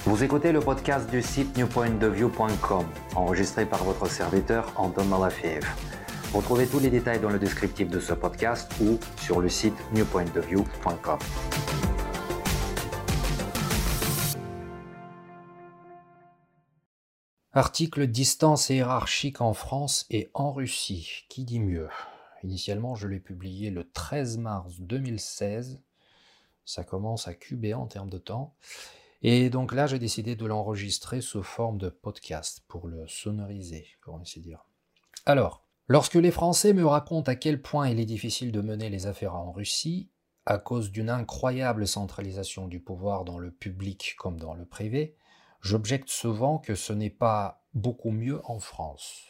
Vous écoutez le podcast du site newpointdeview.com, enregistré par votre serviteur Anton Malafiev. Retrouvez tous les détails dans le descriptif de ce podcast ou sur le site newpointdeview.com. Article distance hiérarchique en France et en Russie. Qui dit mieux? Initialement, je l'ai publié le 13 mars 2016. Ça commence à cuber en termes de temps. Et donc là, j'ai décidé de l'enregistrer sous forme de podcast pour le sonoriser, pour ainsi dire. Alors, lorsque les Français me racontent à quel point il est difficile de mener les affaires en Russie, à cause d'une incroyable centralisation du pouvoir dans le public comme dans le privé, j'objecte souvent que ce n'est pas beaucoup mieux en France.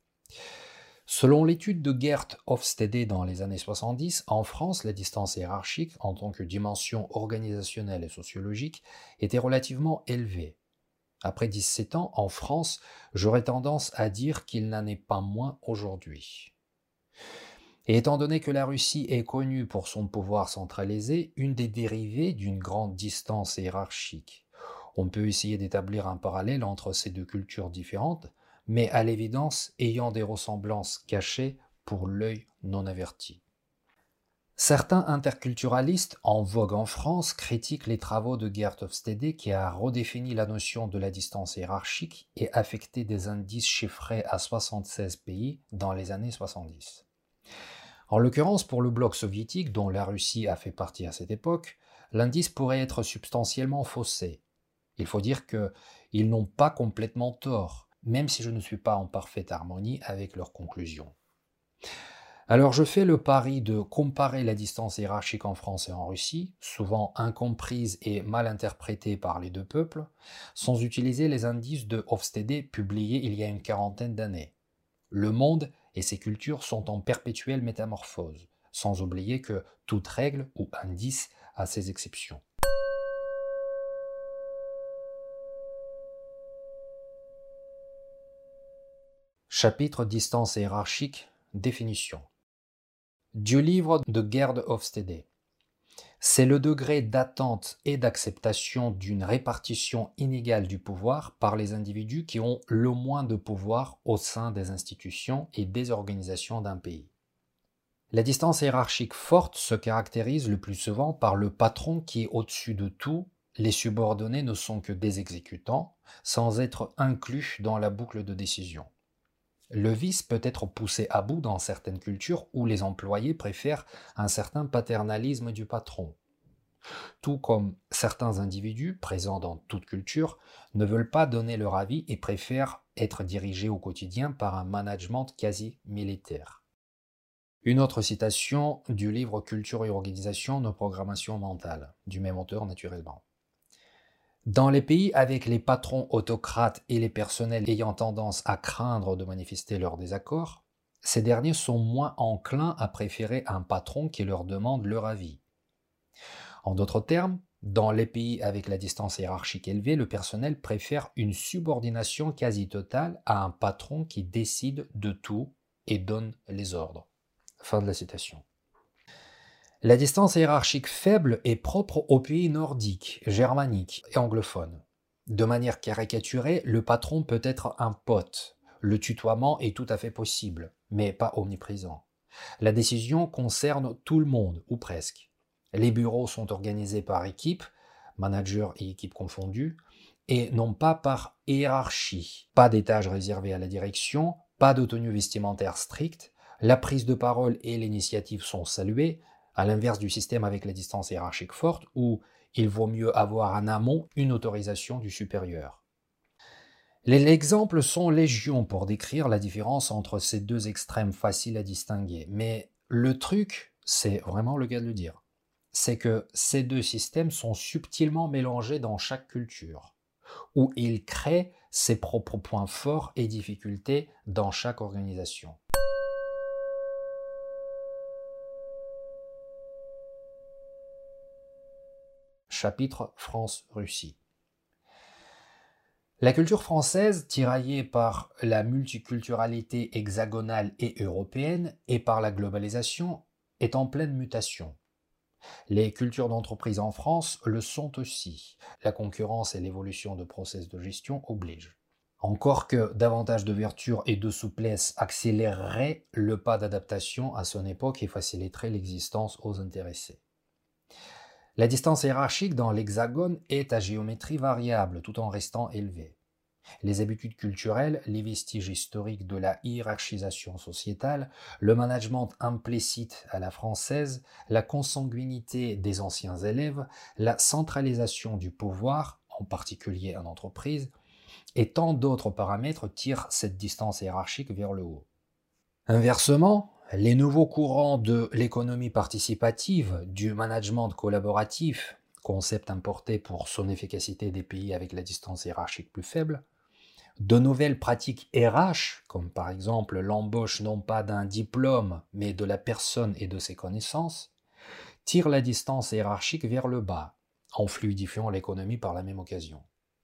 Selon l'étude de Gert Hofstede dans les années 70, en France, la distance hiérarchique, en tant que dimension organisationnelle et sociologique, était relativement élevée. Après 17 ans, en France, j'aurais tendance à dire qu'il n'en est pas moins aujourd'hui. Et étant donné que la Russie est connue pour son pouvoir centralisé, une des dérivées d'une grande distance hiérarchique. On peut essayer d'établir un parallèle entre ces deux cultures différentes, mais à l'évidence ayant des ressemblances cachées pour l'œil non averti. Certains interculturalistes en vogue en France critiquent les travaux de Gert Hofstede qui a redéfini la notion de la distance hiérarchique et affecté des indices chiffrés à 76 pays dans les années 70. En l'occurrence, pour le bloc soviétique, dont la Russie a fait partie à cette époque, l'indice pourrait être substantiellement faussé. Il faut dire qu'ils n'ont pas complètement tort, même si je ne suis pas en parfaite harmonie avec leurs conclusions. Alors je fais le pari de comparer la distance hiérarchique en France et en Russie, souvent incomprise et mal interprétée par les deux peuples, sans utiliser les indices de Hofstede publiés il y a une quarantaine d'années. Le monde et ses cultures sont en perpétuelle métamorphose, sans oublier que toute règle ou indice a ses exceptions. Chapitre distance hiérarchique, définition. Du livre de Gerd Hofstede. C'est le degré d'attente et d'acceptation d'une répartition inégale du pouvoir par les individus qui ont le moins de pouvoir au sein des institutions et des organisations d'un pays. La distance hiérarchique forte se caractérise le plus souvent par le patron qui est au-dessus de tout. Les subordonnés ne sont que des exécutants, sans être inclus dans la boucle de décision. Le vice peut être poussé à bout dans certaines cultures où les employés préfèrent un certain paternalisme du patron. Tout comme certains individus, présents dans toute culture, ne veulent pas donner leur avis et préfèrent être dirigés au quotidien par un management quasi militaire. Une autre citation du livre Culture et organisation, nos programmations mentales, du même auteur naturellement. Dans les pays avec les patrons autocrates et les personnels ayant tendance à craindre de manifester leur désaccord, ces derniers sont moins enclins à préférer un patron qui leur demande leur avis. En d'autres termes, dans les pays avec la distance hiérarchique élevée, le personnel préfère une subordination quasi totale à un patron qui décide de tout et donne les ordres. Fin de la citation. La distance hiérarchique faible est propre aux pays nordiques, germaniques et anglophones. De manière caricaturée, le patron peut être un pote. Le tutoiement est tout à fait possible, mais pas omniprésent. La décision concerne tout le monde, ou presque. Les bureaux sont organisés par équipe, managers et équipes confondues, et non pas par hiérarchie. Pas d'étage réservé à la direction, pas de tenue vestimentaire stricte, la prise de parole et l'initiative sont saluées, à l'inverse du système avec la distance hiérarchique forte, où il vaut mieux avoir en amont une autorisation du supérieur. Les exemples sont légion pour décrire la différence entre ces deux extrêmes faciles à distinguer, mais le truc, c'est vraiment le cas de le dire, c'est que ces deux systèmes sont subtilement mélangés dans chaque culture, où ils créent ses propres points forts et difficultés dans chaque organisation. Chapitre France-Russie. La culture française, tiraillée par la multiculturalité hexagonale et européenne et par la globalisation, est en pleine mutation. Les cultures d'entreprise en France le sont aussi. La concurrence et l'évolution de process de gestion obligent. Encore que davantage d'ouverture et de souplesse accéléreraient le pas d'adaptation à son époque et faciliteraient l'existence aux intéressés. La distance hiérarchique dans l'Hexagone est à géométrie variable tout en restant élevée. Les habitudes culturelles, les vestiges historiques de la hiérarchisation sociétale, le management implicite à la française, la consanguinité des anciens élèves, la centralisation du pouvoir, en particulier en entreprise, et tant d'autres paramètres tirent cette distance hiérarchique vers le haut. Inversement, les nouveaux courants de l'économie participative, du management collaboratif, concept importé pour son efficacité des pays avec la distance hiérarchique plus faible, de nouvelles pratiques RH, comme par exemple l'embauche non pas d'un diplôme, mais de la personne et de ses connaissances, tirent la distance hiérarchique vers le bas, en fluidifiant l'économie par la même occasion.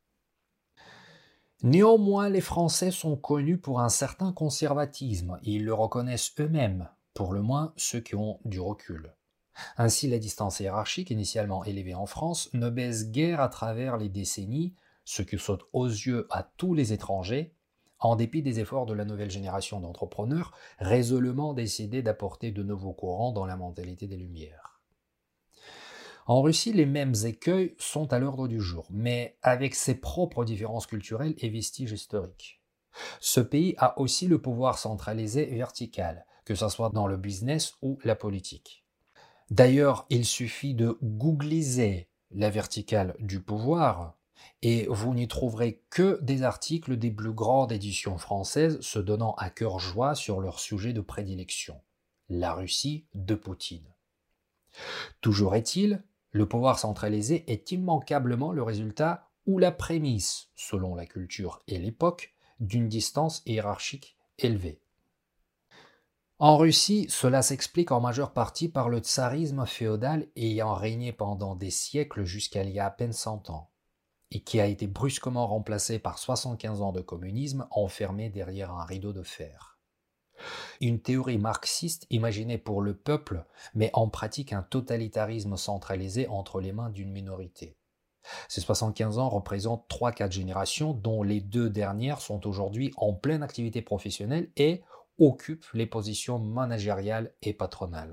Néanmoins, les Français sont connus pour un certain conservatisme, et ils le reconnaissent eux-mêmes, pour le moins ceux qui ont du recul. Ainsi, la distance hiérarchique, initialement élevée en France, ne baisse guère à travers les décennies, ce qui saute aux yeux à tous les étrangers, en dépit des efforts de la nouvelle génération d'entrepreneurs résolument décidés d'apporter de nouveaux courants dans la mentalité des Lumières. En Russie, les mêmes écueils sont à l'ordre du jour, mais avec ses propres différences culturelles et vestiges historiques. Ce pays a aussi le pouvoir centralisé vertical, que ce soit dans le business ou la politique. D'ailleurs, il suffit de googliser la verticale du pouvoir et vous n'y trouverez que des articles des plus grandes éditions françaises se donnant à cœur joie sur leur sujet de prédilection, la Russie de Poutine. Toujours est-il, le pouvoir centralisé est immanquablement le résultat ou la prémisse, selon la culture et l'époque, d'une distance hiérarchique élevée. En Russie, cela s'explique en majeure partie par le tsarisme féodal ayant régné pendant des siècles jusqu'à il y a à peine 100 ans, et qui a été brusquement remplacé par 75 ans de communisme enfermé derrière un rideau de fer. Une théorie marxiste imaginée pour le peuple, mais en pratique un totalitarisme centralisé entre les mains d'une minorité. Ces 75 ans représentent 3-4 générations dont les 2 dernières sont aujourd'hui en pleine activité professionnelle et occupent les positions managériales et patronales.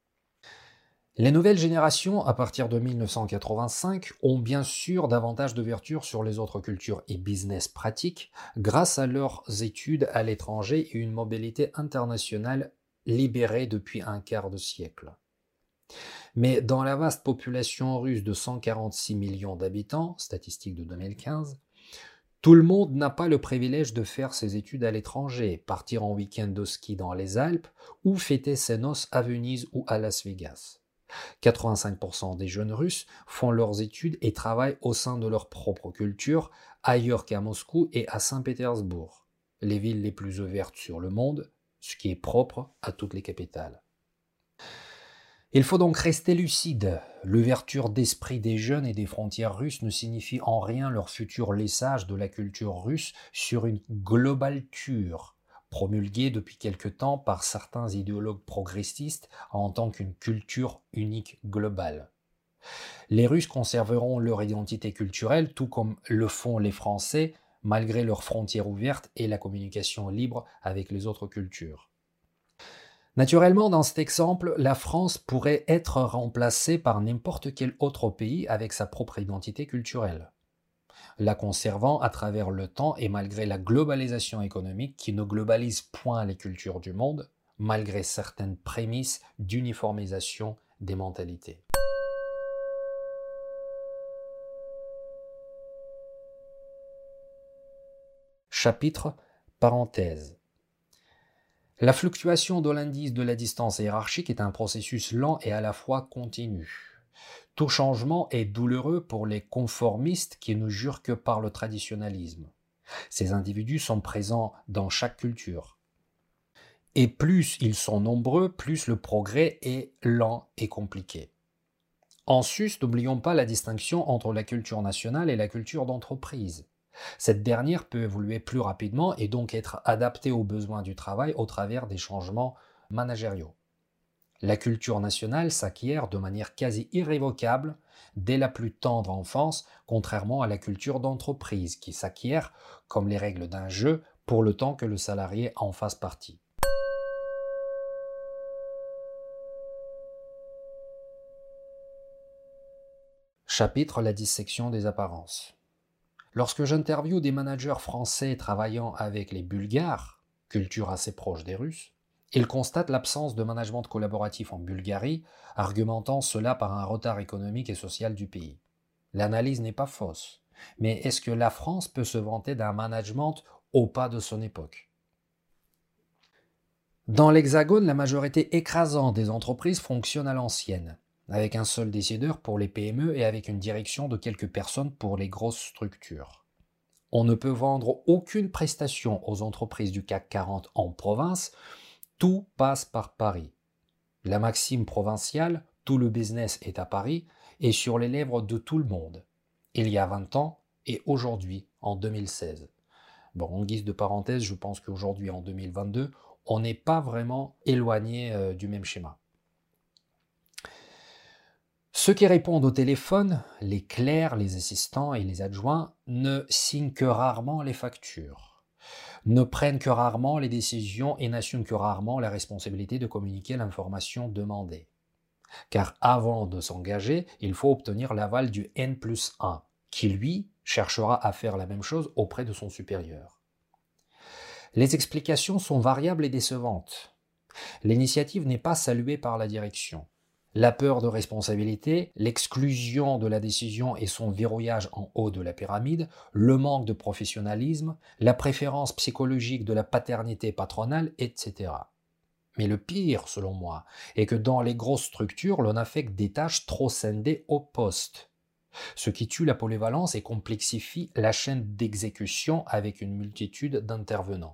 Les nouvelles générations, à partir de 1985, ont bien sûr davantage d'ouverture sur les autres cultures et business pratiques grâce à leurs études à l'étranger et une mobilité internationale libérée depuis un quart de siècle. Mais dans la vaste population russe de 146 millions d'habitants, statistique de 2015, tout le monde n'a pas le privilège de faire ses études à l'étranger, partir en week-end de ski dans les Alpes ou fêter ses noces à Venise ou à Las Vegas. 85% des jeunes Russes font leurs études et travaillent au sein de leur propre culture, ailleurs qu'à Moscou et à Saint-Pétersbourg, les villes les plus ouvertes sur le monde, ce qui est propre à toutes les capitales. Il faut donc rester lucide. L'ouverture d'esprit des jeunes et des frontières russes ne signifie en rien leur futur lissage de la culture russe sur une globalture, promulguée depuis quelque temps par certains idéologues progressistes en tant qu'une culture unique globale. Les Russes conserveront leur identité culturelle tout comme le font les Français malgré leurs frontières ouvertes et la communication libre avec les autres cultures. Naturellement, dans cet exemple, la France pourrait être remplacée par n'importe quel autre pays avec sa propre identité culturelle, la conservant à travers le temps et malgré la globalisation économique qui ne globalise point les cultures du monde, malgré certaines prémices d'uniformisation des mentalités. Chapitre parenthèse. La fluctuation de l'indice de la distance hiérarchique est un processus lent et à la fois continu. Tout changement est douloureux pour les conformistes qui ne jurent que par le traditionnalisme. Ces individus sont présents dans chaque culture. Et plus ils sont nombreux, plus le progrès est lent et compliqué. En sus, n'oublions pas la distinction entre la culture nationale et la culture d'entreprise. Cette dernière peut évoluer plus rapidement et donc être adaptée aux besoins du travail au travers des changements managériaux. La culture nationale s'acquiert de manière quasi irrévocable dès la plus tendre enfance, contrairement à la culture d'entreprise qui s'acquiert, comme les règles d'un jeu, pour le temps que le salarié en fasse partie. Chapitre La dissection des apparences. Lorsque j'interviewe des managers français travaillant avec les Bulgares, culture assez proche des Russes, ils constatent l'absence de management collaboratif en Bulgarie, argumentant cela par un retard économique et social du pays. L'analyse n'est pas fausse, mais est-ce que la France peut se vanter d'un management au pas de son époque ? Dans l'Hexagone, la majorité écrasante des entreprises fonctionne à l'ancienne, avec un seul décideur pour les PME et avec une direction de quelques personnes pour les grosses structures. On ne peut vendre aucune prestation aux entreprises du CAC 40 en province, tout passe par Paris. La maxime provinciale, tout le business est à Paris, est sur les lèvres de tout le monde, il y a 20 ans et aujourd'hui, en 2016. Bon, en guise de parenthèse, je pense qu'aujourd'hui, en 2022, on n'est pas vraiment éloigné du même schéma. Ceux qui répondent au téléphone, les clercs, les assistants et les adjoints, ne signent que rarement les factures, ne prennent que rarement les décisions et n'assument que rarement la responsabilité de communiquer l'information demandée. Car avant de s'engager, il faut obtenir l'aval du N+1, qui lui cherchera à faire la même chose auprès de son supérieur. Les explications sont variables et décevantes. L'initiative n'est pas saluée par la direction. La peur de responsabilité, l'exclusion de la décision et son verrouillage en haut de la pyramide, le manque de professionnalisme, la préférence psychologique de la paternité patronale, etc. Mais le pire, selon moi, est que dans les grosses structures, l'on affecte des tâches trop scindées au poste, ce qui tue la polyvalence et complexifie la chaîne d'exécution avec une multitude d'intervenants.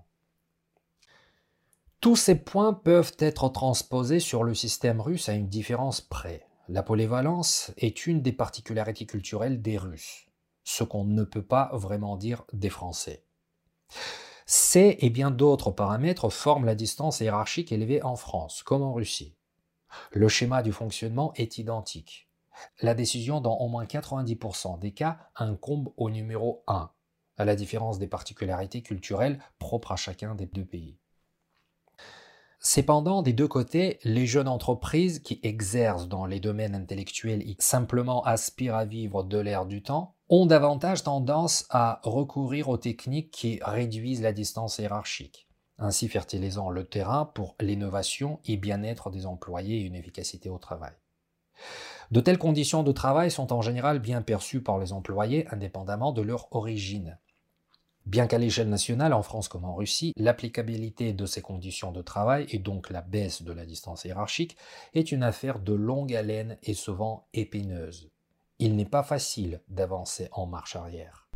Tous ces points peuvent être transposés sur le système russe à une différence près. La polyvalence est une des particularités culturelles des Russes, ce qu'on ne peut pas vraiment dire des Français. Ces et bien d'autres paramètres forment la distance hiérarchique élevée en France, comme en Russie. Le schéma du fonctionnement est identique. La décision, dans au moins 90% des cas, incombe au numéro 1, à la différence des particularités culturelles propres à chacun des deux pays. Cependant, des deux côtés, les jeunes entreprises qui exercent dans les domaines intellectuels et simplement aspirent à vivre de l'air du temps, ont davantage tendance à recourir aux techniques qui réduisent la distance hiérarchique, ainsi fertilisant le terrain pour l'innovation et bien-être des employés et une efficacité au travail. De telles conditions de travail sont en général bien perçues par les employés indépendamment de leur origine. Bien qu'à l'échelle nationale, en France comme en Russie, l'applicabilité de ces conditions de travail, et donc la baisse de la distance hiérarchique, est une affaire de longue haleine et souvent épineuse. Il n'est pas facile d'avancer en marche arrière.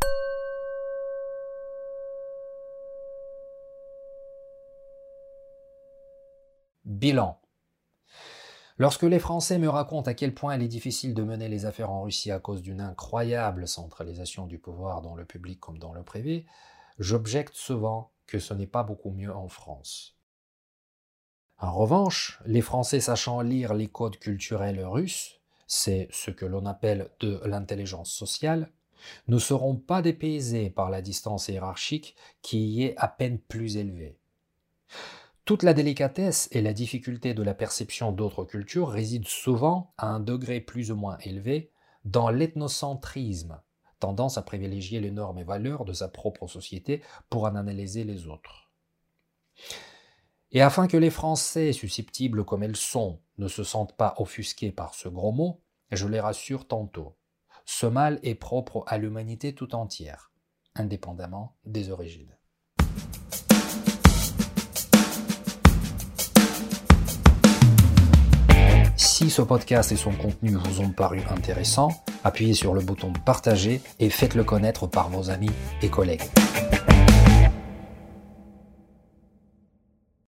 Bilan. Lorsque les Français me racontent à quel point il est difficile de mener les affaires en Russie à cause d'une incroyable centralisation du pouvoir dans le public comme dans le privé, j'objecte souvent que ce n'est pas beaucoup mieux en France. En revanche, les Français sachant lire les codes culturels russes, c'est ce que l'on appelle de l'intelligence sociale, ne seront pas dépaysés par la distance hiérarchique qui y est à peine plus élevée. Toute la délicatesse et la difficulté de la perception d'autres cultures résident souvent, à un degré plus ou moins élevé, dans l'ethnocentrisme, tendance à privilégier les normes et valeurs de sa propre société pour en analyser les autres. Et afin que les Français, susceptibles comme elles sont, ne se sentent pas offusqués par ce gros mot, je les rassure tantôt. Ce mal est propre à l'humanité tout entière, indépendamment des origines. Si ce podcast et son contenu vous ont paru intéressants, appuyez sur le bouton partager et faites-le connaître par vos amis et collègues.